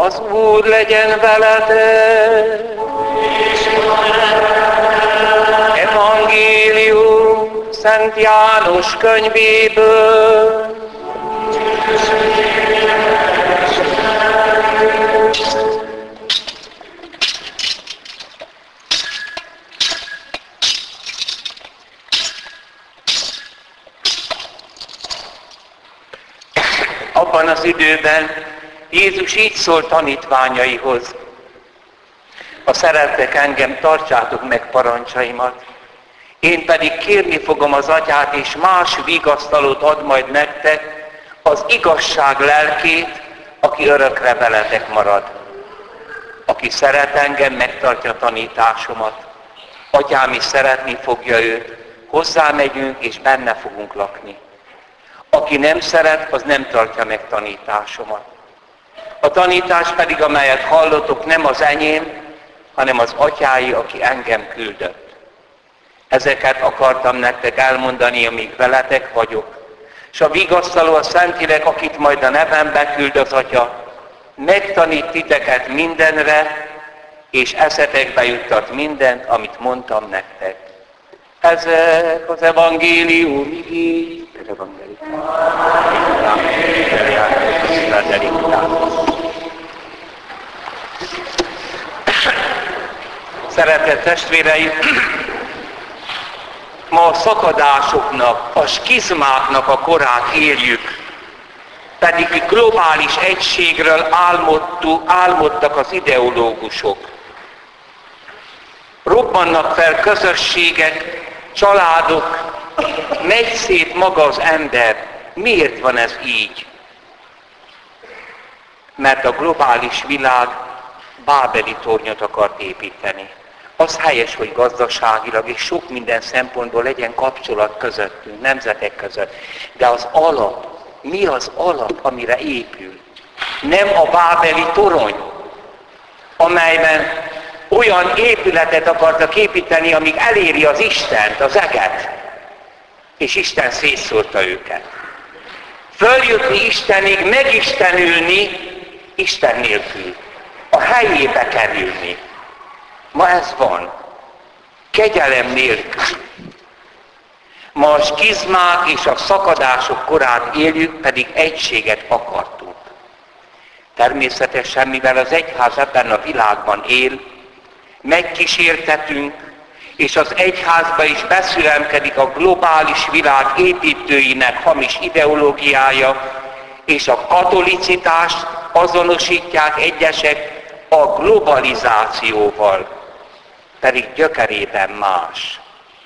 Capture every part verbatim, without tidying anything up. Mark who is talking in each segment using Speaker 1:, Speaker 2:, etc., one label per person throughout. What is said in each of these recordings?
Speaker 1: Az Úr legyen veletek! Evangélium Szent János könyvéből. Abban az időben Jézus így szólt tanítványaihoz: ha szerettek engem, tartsátok meg parancsaimat. Én pedig kérni fogom az Atyát, és más vigasztalót ad majd nektek, az igazság lelkét, aki örökre veletek marad. Aki szeret engem, megtartja tanításomat. Atyám is szeretni fogja őt, hozzá megyünk, és benne fogunk lakni. Aki nem szeret, az nem tartja meg tanításomat. A tanítás pedig, amelyet hallotok, nem az enyém, hanem az Atyái, aki engem küldött. Ezeket akartam nektek elmondani, amíg veletek vagyok. És a vigasztaló, a Szentlélek, akit majd a nevembe küld az Atya, megtanít titeket mindenre, és eszetekbe juttat mindent, amit mondtam nektek. Ezek az evangélium igény. Szeretett testvéreim, ma a szakadásoknak, a skizmáknak a korát éljük, pedig globális egységről álmodtak az ideológusok. Robbannak fel közösségek, családok, megy szét maga az ember. Miért van ez így? Mert a globális világ bábeli tornyot akart építeni. Az helyes, hogy gazdaságilag és sok minden szempontból legyen kapcsolat közöttünk, nemzetek között. De az alap, mi az alap, amire épül? Nem a bábeli torony, amelyben olyan épületet akartak építeni, amíg eléri az Istent, az eget. És Isten szétszórta őket. Följutni Istenig, megistenülni Isten nélkül. A helyébe kerülni. Ma ez van. Kegyelem nélkül. Ma a skizmák és a szakadások korát éljük, pedig egységet akartunk. Természetesen, mivel az egyház ebben a világban él, megkísértetünk, és az egyházba is beszüremkedik a globális világ építőinek hamis ideológiája, és a katolicitást azonosítják egyesek a globalizációval, pedig gyökerében más.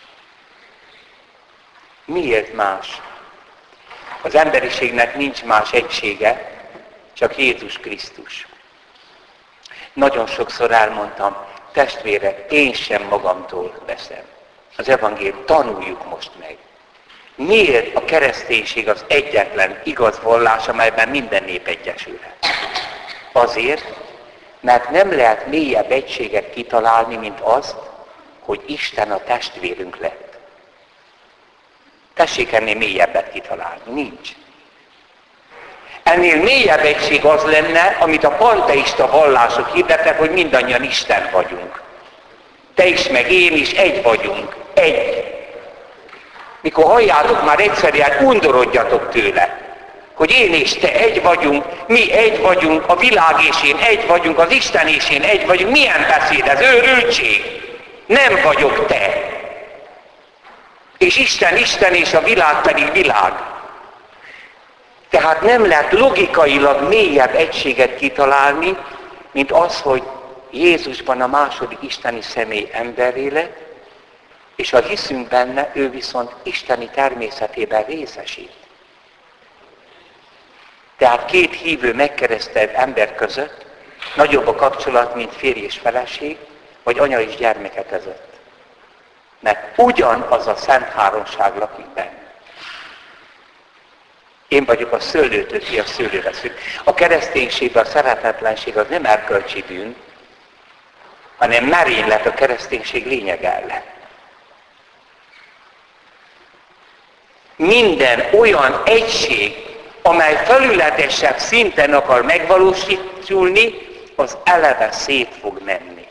Speaker 1: Miért más? Az emberiségnek nincs más egysége, csak Jézus Krisztus. Nagyon sokszor elmondtam, testvérek, én sem magamtól veszem. Az evangélium, tanuljuk most meg. Miért a kereszténység az egyetlen igaz vallás, amelyben minden nép egyesülhet? Azért, mert nem lehet mélyebb egységet kitalálni, mint azt, hogy Isten a testvérünk lett. Tessék ennél mélyebbet kitalálni. Nincs. Ennél mélyebb egység az lenne, amit a panteista vallások hirdetnek, hogy mindannyian Isten vagyunk. Te is, meg én is egy vagyunk. Egy. Mikor halljátok, már egyszerűen undorodjatok tőle, hogy én és te egy vagyunk, mi egy vagyunk, a világ és én egy vagyunk, az Isten és én egy vagyunk. Milyen beszéd ez? Őrültség. Nem vagyok te. És Isten Isten, és a világ pedig világ. Tehát nem lehet logikailag mélyebb egységet kitalálni, mint az, hogy Jézusban a második isteni személy emberré lett, és ha hiszünk benne, ő viszont isteni természetében részesít. Tehát két hívő megkeresztelt ember között nagyobb a kapcsolat, mint férj és feleség, vagy anya és gyermeke között. Mert ugyanaz a Szent Háromság lakik benne. Én vagyok a szőlőtől, ki a szőlőre szül. A kereszténységben a szeretetlenség az nem erkölcsi bűn, hanem merénylet a kereszténység lényeg ellen. Minden olyan egység, amely felületesebb szinten akar megvalósulni, az eleve szét fog menni.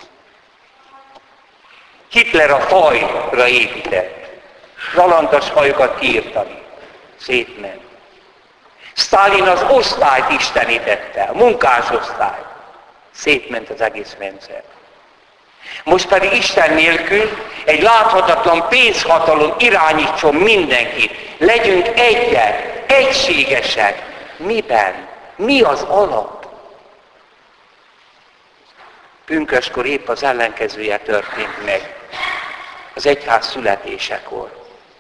Speaker 1: Hitler a fajra épített. Zalandas fajokat kiírtani. Szétment. Sztálin az osztályt istenítette, a munkásosztályt. Szétment az egész rendszer. Most pedig Isten nélkül egy láthatatlan pénzhatalom irányítson mindenkit. Legyünk egyek, egységesek. Miben? Mi az alap? Pünköskor épp az ellenkezője történt meg. Az egyház születésekor.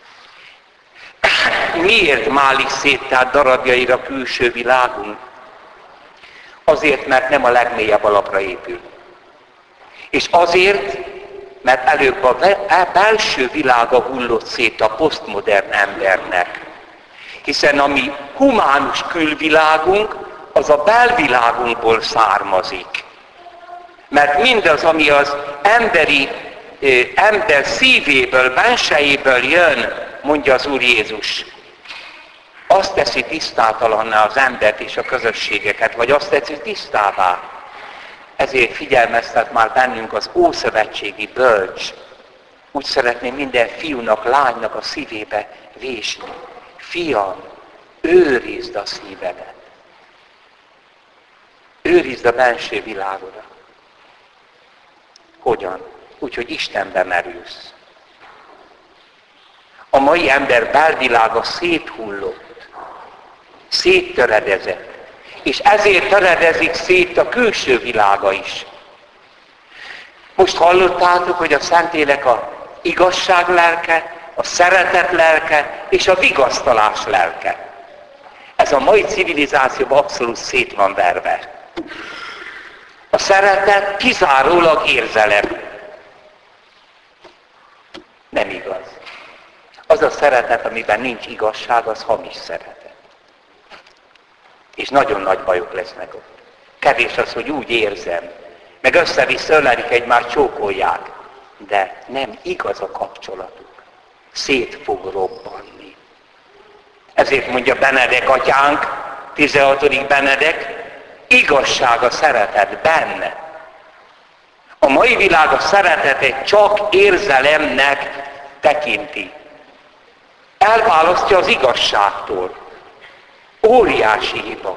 Speaker 1: Miért málik szét tehát darabjaira a külső világunk? Azért, mert nem a legmélyebb alapra épül. És azért, mert előbb a belső világa hullott szét a posztmodern embernek. Hiszen a mi humánus külvilágunk, az a belvilágunkból származik. Mert mindaz, ami az emberi ember szívéből, bensejéből jön, mondja az Úr Jézus, azt teszi tisztátalanná az embert és a közösségeket, vagy azt teszi tisztává. Ezért figyelmeztet már bennünk az ószövetségi bölcs. Úgy szeretném minden fiúnak, lánynak a szívébe vésni. Fiam, őrizd a szívedet. Őrizd a belső világodat. Hogyan? Úgyhogy Istenbe merülsz. A mai ember belvilága széthullott, széttöredezett, és ezért töredezik szét a külső világa is. Most hallottátok, hogy a Szentlélek a igazság lelke, a szeretet lelke és a vigasztalás lelke. Ez a mai civilizációban abszolút szét van verve. A szeretet kizárólag érzelem. Nem igaz. Az a szeretet, amiben nincs igazság, az hamis szeretet. És nagyon nagy bajok lesznek ott. Kevés az, hogy úgy érzem, meg össze-vissza ölelik egymást, csókolják. De nem igaz a kapcsolatuk. Szét fog robbanni. Ezért mondja Benedek atyánk, tizenhatodik Benedek, igazság a szeretet benne. A mai világ a szeretetet csak érzelemnek tekinti. Elválasztja az igazságtól. Óriási hiba.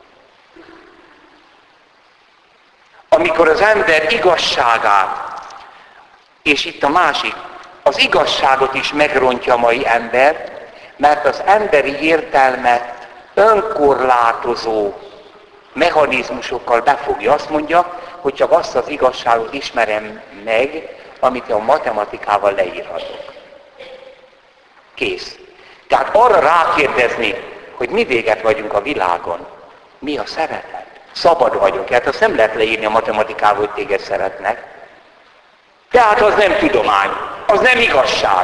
Speaker 1: Amikor az ember igazságát, és itt a másik, az igazságot is megrontja a mai ember, mert az emberi értelmet önkorlátozó mechanizmusokkal befogja. Azt mondja, hogy csak azt az igazságot ismerem meg, amit a matematikával leírhatok. Kész. Tehát arra rákérdezni, hogy mi véget vagyunk a világon. Mi a szeretet? Szabad vagyok. Hát azt nem lehet leírni a matematikával, hogy téged szeretnek. Tehát az nem tudomány. Az nem igazság.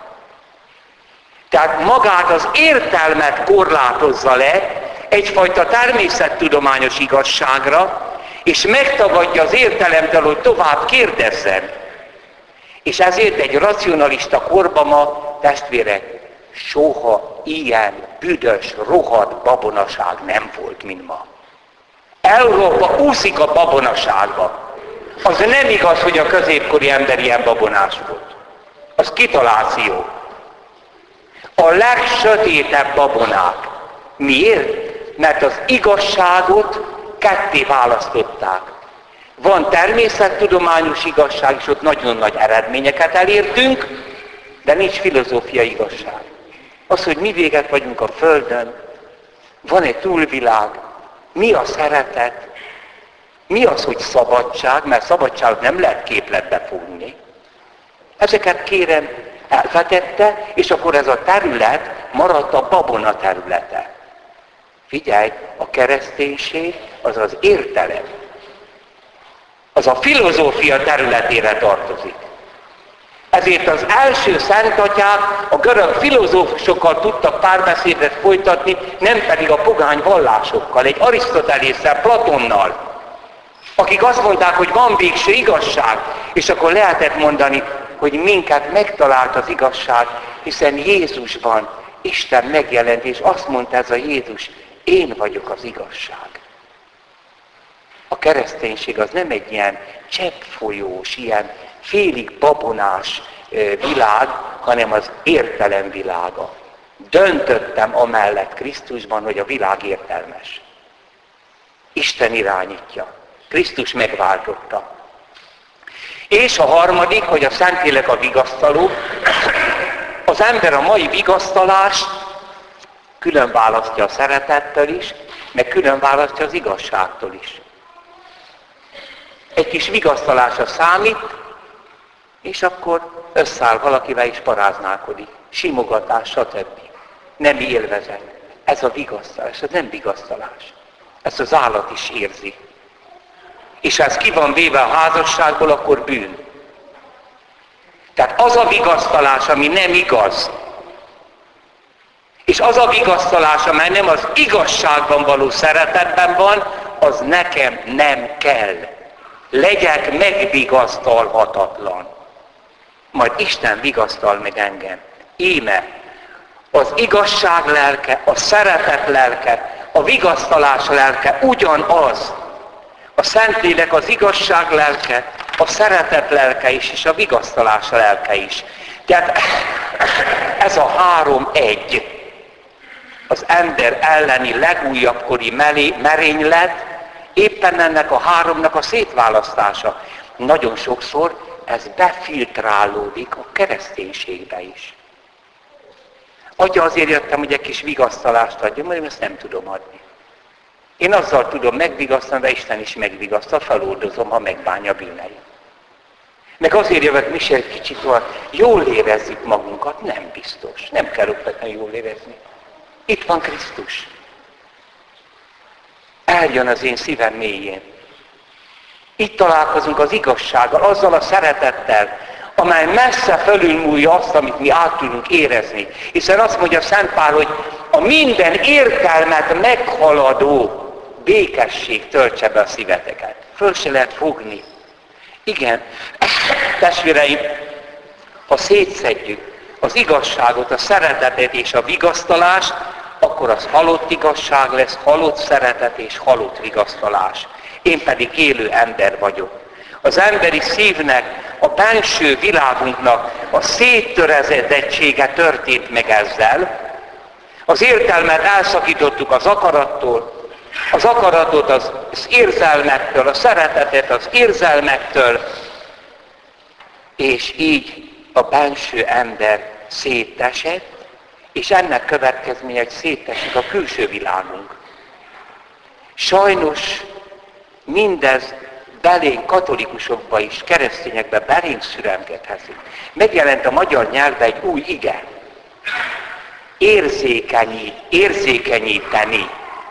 Speaker 1: Tehát magát az értelmet korlátozza le egyfajta természettudományos igazságra, és megtagadja az értelemtől, hogy tovább kérdezzen. És ezért egy racionalista korban ma, testvérek, soha ilyen büdös, rohadt babonaság nem volt, mint ma. Európa úszik a babonaságba. Az nem igaz, hogy a középkori ember ilyen babonás volt. Az kitaláció. A legsötétebb babonák. Miért? Mert az igazságot ketté választották. Van természettudományos igazság, és ott nagyon nagy eredményeket elértünk, de nincs filozófiai igazság. Az, hogy mi véget vagyunk a Földön, van egy túlvilág, mi a szeretet, mi az, hogy szabadság, mert szabadságot nem lehet képletbe fogni. Ezeket kérem elvetette, és akkor ez a terület maradt a babona területe. Figyelj, a kereszténység az az értelem. Az a filozófia területére tartozik. Ezért az első szentatyák a görög filozófusokkal tudtak párbeszédet folytatni, nem pedig a pogány vallásokkal, egy Arisztotelésszel, Platonnal, akik azt mondták, hogy van végső igazság, és akkor lehetett mondani, hogy minket megtalált az igazság, hiszen Jézusban Isten megjelent, és azt mondta ez a Jézus, én vagyok az igazság. Aki azt mondta, hogy van végső igazság, és akkor lehetett mondani, hogy minket megtalált az igazság, hiszen Jézusban Isten megjelent, és azt mondta ez a Jézus, én vagyok az igazság. kereszténység az nem egy ilyen cseppfolyós, ilyen félig babonás világ, hanem az értelem világa. Döntöttem amellett Krisztusban, hogy a világ értelmes. Isten irányítja. Krisztus megváltotta. És a harmadik, hogy a Szentlélek a vigasztaló. Az ember a mai vigasztalást külön választja a szeretettől is, meg külön választja az igazságtól is. Egy kis vigasztalása számít, és akkor összeáll valakivel is paráználkodik. Simogatás, stb. Nem élvezet. Ez a vigasztalás, ez nem vigasztalás. Ezt az állat is érzi. És ha ez ki van véve a házasságból, akkor bűn. Tehát az a vigasztalás, ami nem igaz, és az a vigasztalás, amely nem az igazságban való szeretetben van, az nekem nem kell. Legyek megvigasztalhatatlan. Majd Isten vigasztal meg engem. Íme, az igazság lelke, a szeretet lelke, a vigasztalás lelke ugyanaz. A Szentlélek az igazság lelke, a szeretet lelke is, és a vigasztalás lelke is. Tehát ez a három egy. Az ember elleni legújabb kori merénylet éppen ennek a háromnak a szétválasztása. Nagyon sokszor ez befiltrálódik a kereszténységbe is. Atya, azért jöttem, hogy egy kis vigasztalást adjam, mert én ezt nem tudom adni. Én azzal tudom megvigasztalni, de Isten is megvigasztal, feloldozom, ha megbánja bűneim. Meg azért jövök, mi se egy kicsit olyan, jól érezzük magunkat, nem biztos. Nem kell okvetni jól érezni. Itt van Krisztus. Eljön az én szívem mélyén. Itt találkozunk az igazsággal, azzal a szeretettel, amely messze fölülmúlja azt, amit mi át tudunk érezni. Hiszen azt mondja Szent Pál, hogy a minden értelmet meghaladó békesség töltse be a szíveteket. Föl se lehet fogni. Igen, testvéreim, ha szétszedjük az igazságot, a szeretetet és a vigasztalást, akkor az halott igazság lesz, halott szeretet és halott vigasztalás. Én pedig élő ember vagyok. Az emberi szívnek, a benső világunknak a széttörezedettsége történt meg ezzel. Az értelmet elszakítottuk az akarattól, az akaratot az, az érzelmektől, a szeretetet az érzelmektől, és így a benső ember szétesett, és ennek következménye, hogy szétesik a külső világunk. Sajnos mindez belénk, katolikusokba is, keresztényekbe belénk szüremkedhetünk. Megjelent a magyar nyelvben egy új ige. Érzékenyít, érzékenyíteni.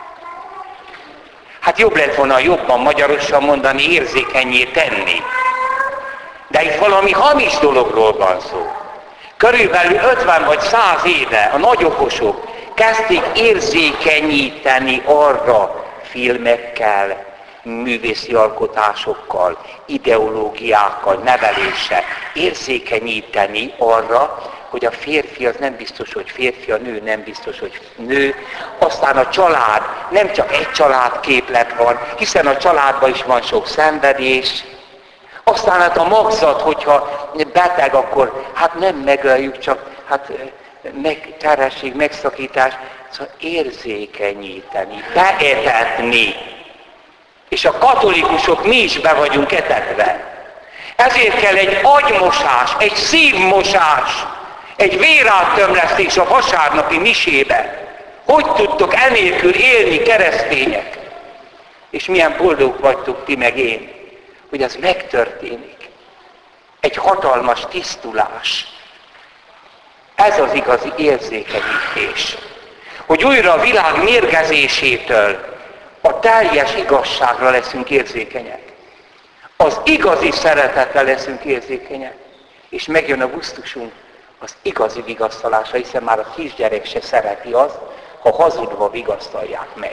Speaker 1: Hát jobb lett volna jobban magyarosan mondani, érzékenyé tenni. De itt valami hamis dologról van szó. Körülbelül ötven vagy száz éve a nagy okosok kezdték érzékenyíteni arra filmekkel, művészi alkotásokkal, ideológiákkal, neveléssel, érzékenyíteni arra, hogy a férfi az nem biztos, hogy férfi, a nő nem biztos, hogy nő. Aztán a család, nem csak egy családképlet van, hiszen a családban is van sok szenvedés. Aztán hát a magzat, hogyha beteg, akkor hát nem megöljük, csak hát meg, terhesség, megszakítás. Szóval érzékenyíteni, beetetni. És a katolikusok mi is be vagyunk etetve. Ezért kell egy agymosás, egy szívmosás, egy véráttömlesztés a vasárnapi misébe. Hogy tudtok enélkül élni, keresztények? És milyen boldog vagytok ti meg én, hogy ez megtörténik. Egy hatalmas tisztulás. Ez az igazi érzékenyítés. Hogy újra a világ mérgezésétől a teljes igazságra leszünk érzékenyek. Az igazi szeretetre leszünk érzékenyek. És megjön a gusztusunk az igazi vigasztalásra, hiszen már a kisgyerek se szereti azt, ha hazudva vigasztalják meg.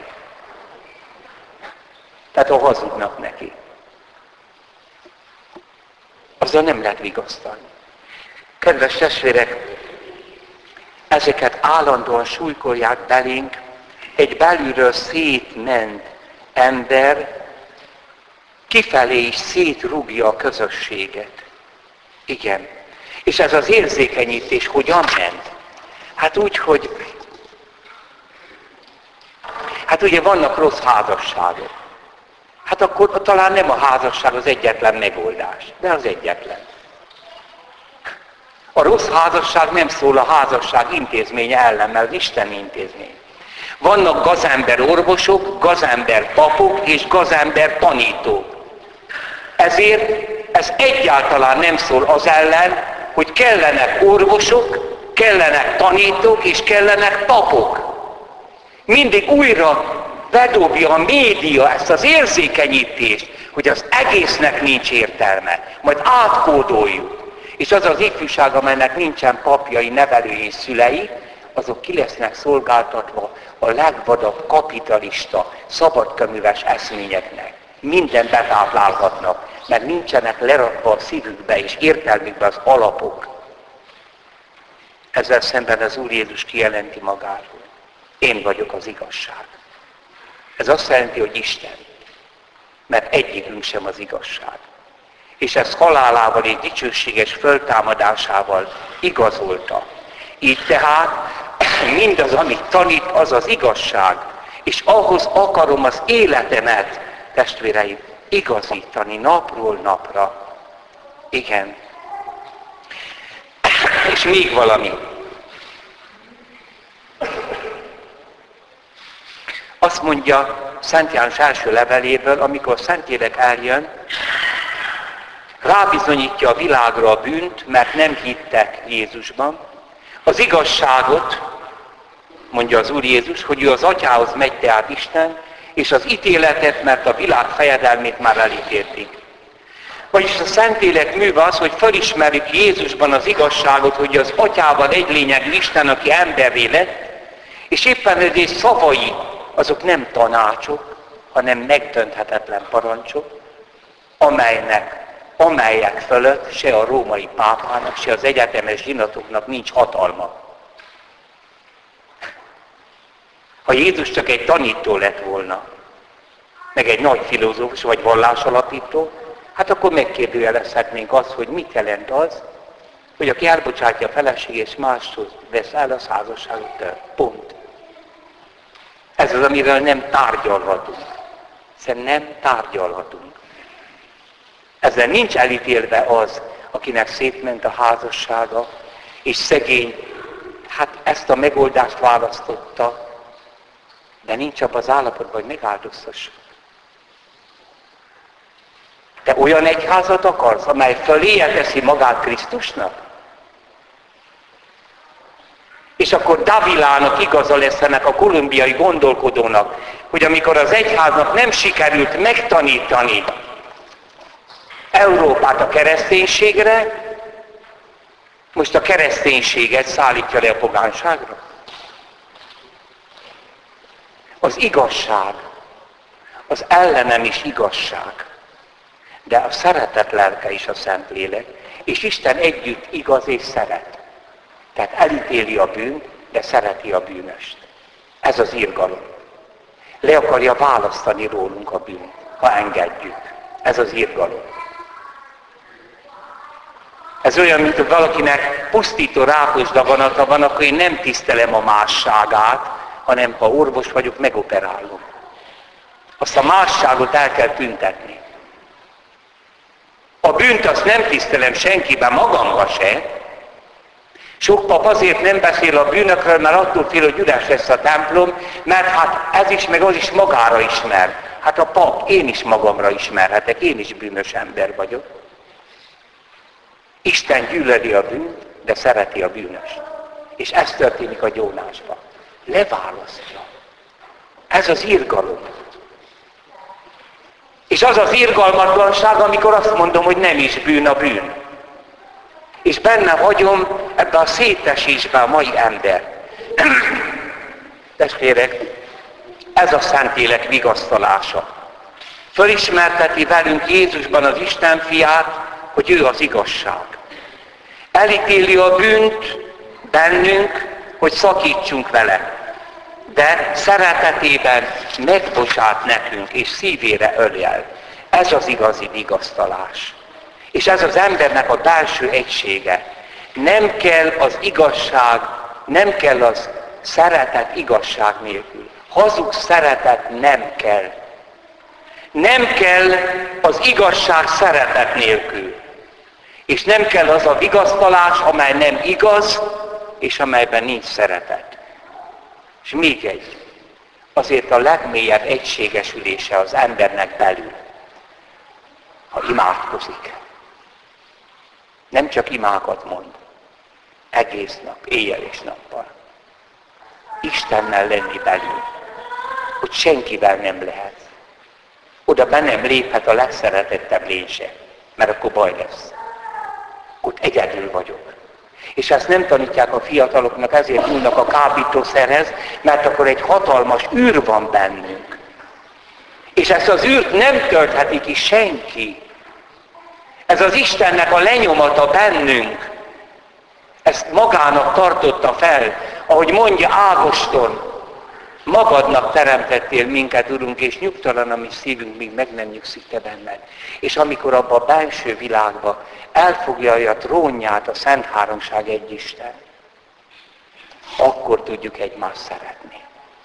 Speaker 1: Tehát ha hazudnak neki. Azzal nem lehet vigasztalni. Kedves testvérek, ezeket állandóan súlykolják belénk, egy belülről szétment ember kifelé is szétrúgja a közösséget. Igen. És ez az érzékenyítés hogyan ment? Hát úgy, hogy hát ugye vannak rossz házasságok. Hát akkor talán nem a házasság az egyetlen megoldás, de az egyetlen. A rossz házasság nem szól a házasság intézménye ellen, mert az Isten intézmény. Vannak gazember orvosok, gazember papok és gazember tanítók. Ezért ez egyáltalán nem szól az ellen, hogy kellenek orvosok, kellenek tanítók és kellenek papok. Mindig újra bedobja a média ezt az érzékenyítést, hogy az egésznek nincs értelme. Majd átkódoljuk. És az az ifjúság, amelynek nincsen papjai, nevelői és szülei, azok ki lesznek szolgáltatva a legvadabb kapitalista, szabadkeműves eszményeknek. Mindent betáplálhatnak, mert nincsenek lerakva a szívükbe és értelmükbe az alapok. Ezzel szemben az Úr Jézus kijelenti magáról. Én vagyok az igazság. Ez azt jelenti, hogy Isten. Mert egyikünk sem az igazság. És ezt halálával és dicsőséges föltámadásával igazolta. Így tehát mindaz, amit tanít, az az igazság. És ahhoz akarom az életemet, testvéreim, igazítani napról napra. Igen. És még valami. Azt mondja Szent János első leveléből, amikor Szentlélek eljön, rábizonyítja a világra a bűnt, mert nem hittek Jézusban. Az igazságot, mondja az Úr Jézus, hogy ő az Atyához megy, tehát Isten, és az ítéletet, mert a világ fejedelmét már elítélték. Vagyis a Szentlélek műve az, hogy felismerjük Jézusban az igazságot, hogy az Atyával egy lényegű Isten, aki emberré lett, és éppen ezért szavai, azok nem tanácsok, hanem megdönthetetlen parancsok, amelynek, amelyek fölött se a római pápának, se az egyetemes zsinatoknak nincs hatalma. Ha Jézus csak egy tanító lett volna, meg egy nagy filozófus vagy vallásalapító, hát akkor megkérdőjelezhetnénk azt, hogy mit jelent az, hogy aki elbocsátja a feleség és máshoz vesz el, az házasságot tör. Pont. Ez az, amiről nem tárgyalhatunk. Hiszen nem tárgyalhatunk. Ezzel nincs elítélve az, akinek szétment a házassága, és szegény, hát ezt a megoldást választotta, de nincs abban az állapotban, hogy megáldoztassuk. Te olyan egyházat akarsz, amely föléje teszi magát Krisztusnak? És akkor Davilának igaza lesz ennek a kolumbiai gondolkodónak, hogy amikor az egyháznak nem sikerült megtanítani Európát a kereszténységre, most a kereszténységet szállítja le a pogánságra. Az igazság, az ellenem is igazság, de a szeretet lelke is a Szentlélek, és Isten együtt igaz és szeret. Tehát elítéli a bűnt, de szereti a bűnöst. Ez az irgalom. Le akarja választani rólunk a bűnt, ha engedjük. Ez az irgalom. Ez olyan, mint hogy valakinek pusztító rákos daganata van, akkor én nem tisztelem a másságát, hanem ha orvos vagyok, megoperálom. Azt a másságot el kell tüntetni. A bűnt azt nem tisztelem senkiben, magamba se. Sok pap azért nem beszél a bűnökről, mert attól fél, hogy üres lesz a templom, mert hát ez is, meg az is magára ismer. Hát a pap, én is magamra ismerhetek, én is bűnös ember vagyok. Isten gyűlöli a bűnt, de szereti a bűnöst. És ez történik a gyónásban. Leválasztja. Ez az irgalom. És az az irgalmatlanság, amikor azt mondom, hogy nem is bűn a bűn. És benne hagyom ebbe a szétesésbe a mai ember. Testvérek, ez a Szentlélek vigasztalása. Fölismerteti velünk Jézusban az Isten fiát, hogy ő az igazság. Elítéli a bűnt bennünk, hogy szakítsunk vele. De szeretetében megbocsát nekünk, és szívére öljel. Ez az igazi vigasztalás. És ez az embernek a belső egysége. Nem kell az igazság, nem kell az szeretet igazság nélkül. Hazug szeretet nem kell. Nem kell az igazság szeretet nélkül. És nem kell az a vigasztalás, amely nem igaz, és amelyben nincs szeretet. És még egy, azért a legmélyebb egységesülése az embernek belül, ha imádkozik. Nem csak imákat mond, egész nap, éjjel és nappal. Istennel lenni belül, hogy senkivel nem lehet. Oda be nem léphet a legszeretettebb lény se, mert akkor baj lesz. Ott egyedül vagyok. És ezt nem tanítják a fiataloknak, ezért nyúlnak a kábítószerhez, mert akkor egy hatalmas űr van bennünk. És ezt az űrt nem töltheti ki senki. Ez az Istennek a lenyomata bennünk. Ezt magának tartotta fel, ahogy mondja Ágoston, magadnak teremtettél minket, Urunk, és nyugtalan a mi szívünk, míg meg nem nyugszik te benned. És amikor abba a belső világba elfoglalja a trónját a Szent Háromság egy Isten, akkor tudjuk egymást szeretni.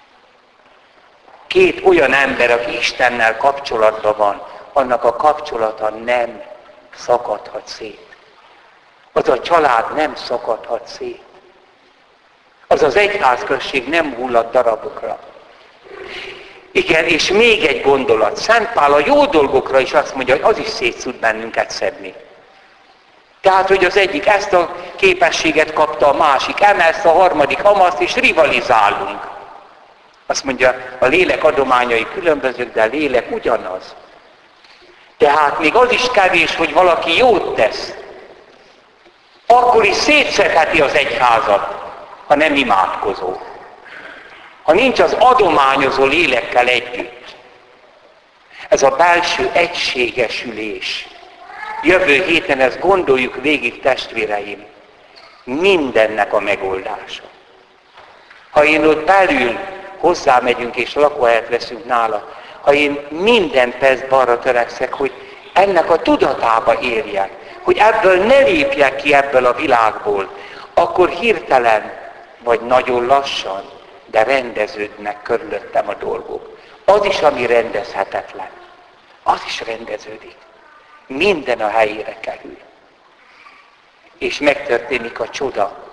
Speaker 1: Két olyan ember, aki Istennel kapcsolatban van, annak a kapcsolata nem szakadhat szét. Az a család nem szakadhat szét. Az az egyházközség nem hullad darabokra. Igen, és még egy gondolat. Szent Pál a jó dolgokra is azt mondja, hogy az is szét tud bennünket szedni. Tehát, hogy az egyik ezt a képességet kapta, a másik emelsz, a harmadik amaszt, és rivalizálunk. Azt mondja, a lélek adományai különbözők, de a lélek ugyanaz. Tehát még az is kevés, hogy valaki jót tesz. Akkor is szétszedheti az egyházat, ha nem imádkozó. Ha nincs az adományozó lélekkel együtt. Ez a belső egységesülés. Jövő héten ezt gondoljuk végig, testvéreim. Mindennek a megoldása. Ha én ott belül hozzámegyünk és lakóhelyet veszünk nála, ha én minden percben arra törekszek, hogy ennek a tudatába érjek, hogy ebből ne lépjek ki ebből a világból, akkor hirtelen, vagy nagyon lassan, de rendeződnek körülöttem a dolgok. Az is, ami rendezhetetlen, az is rendeződik. Minden a helyére kerül. És megtörténik a csoda.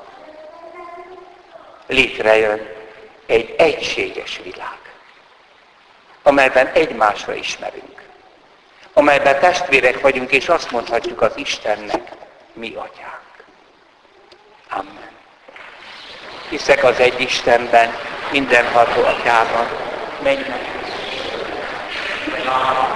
Speaker 1: Létrejön egy egységes világ, amelyben egymásra ismerünk. Amelyben testvérek vagyunk, és azt mondhatjuk az Istennek, mi atyánk. Amen. Hiszek az egy Istenben, mindenható atyában. Menj meg!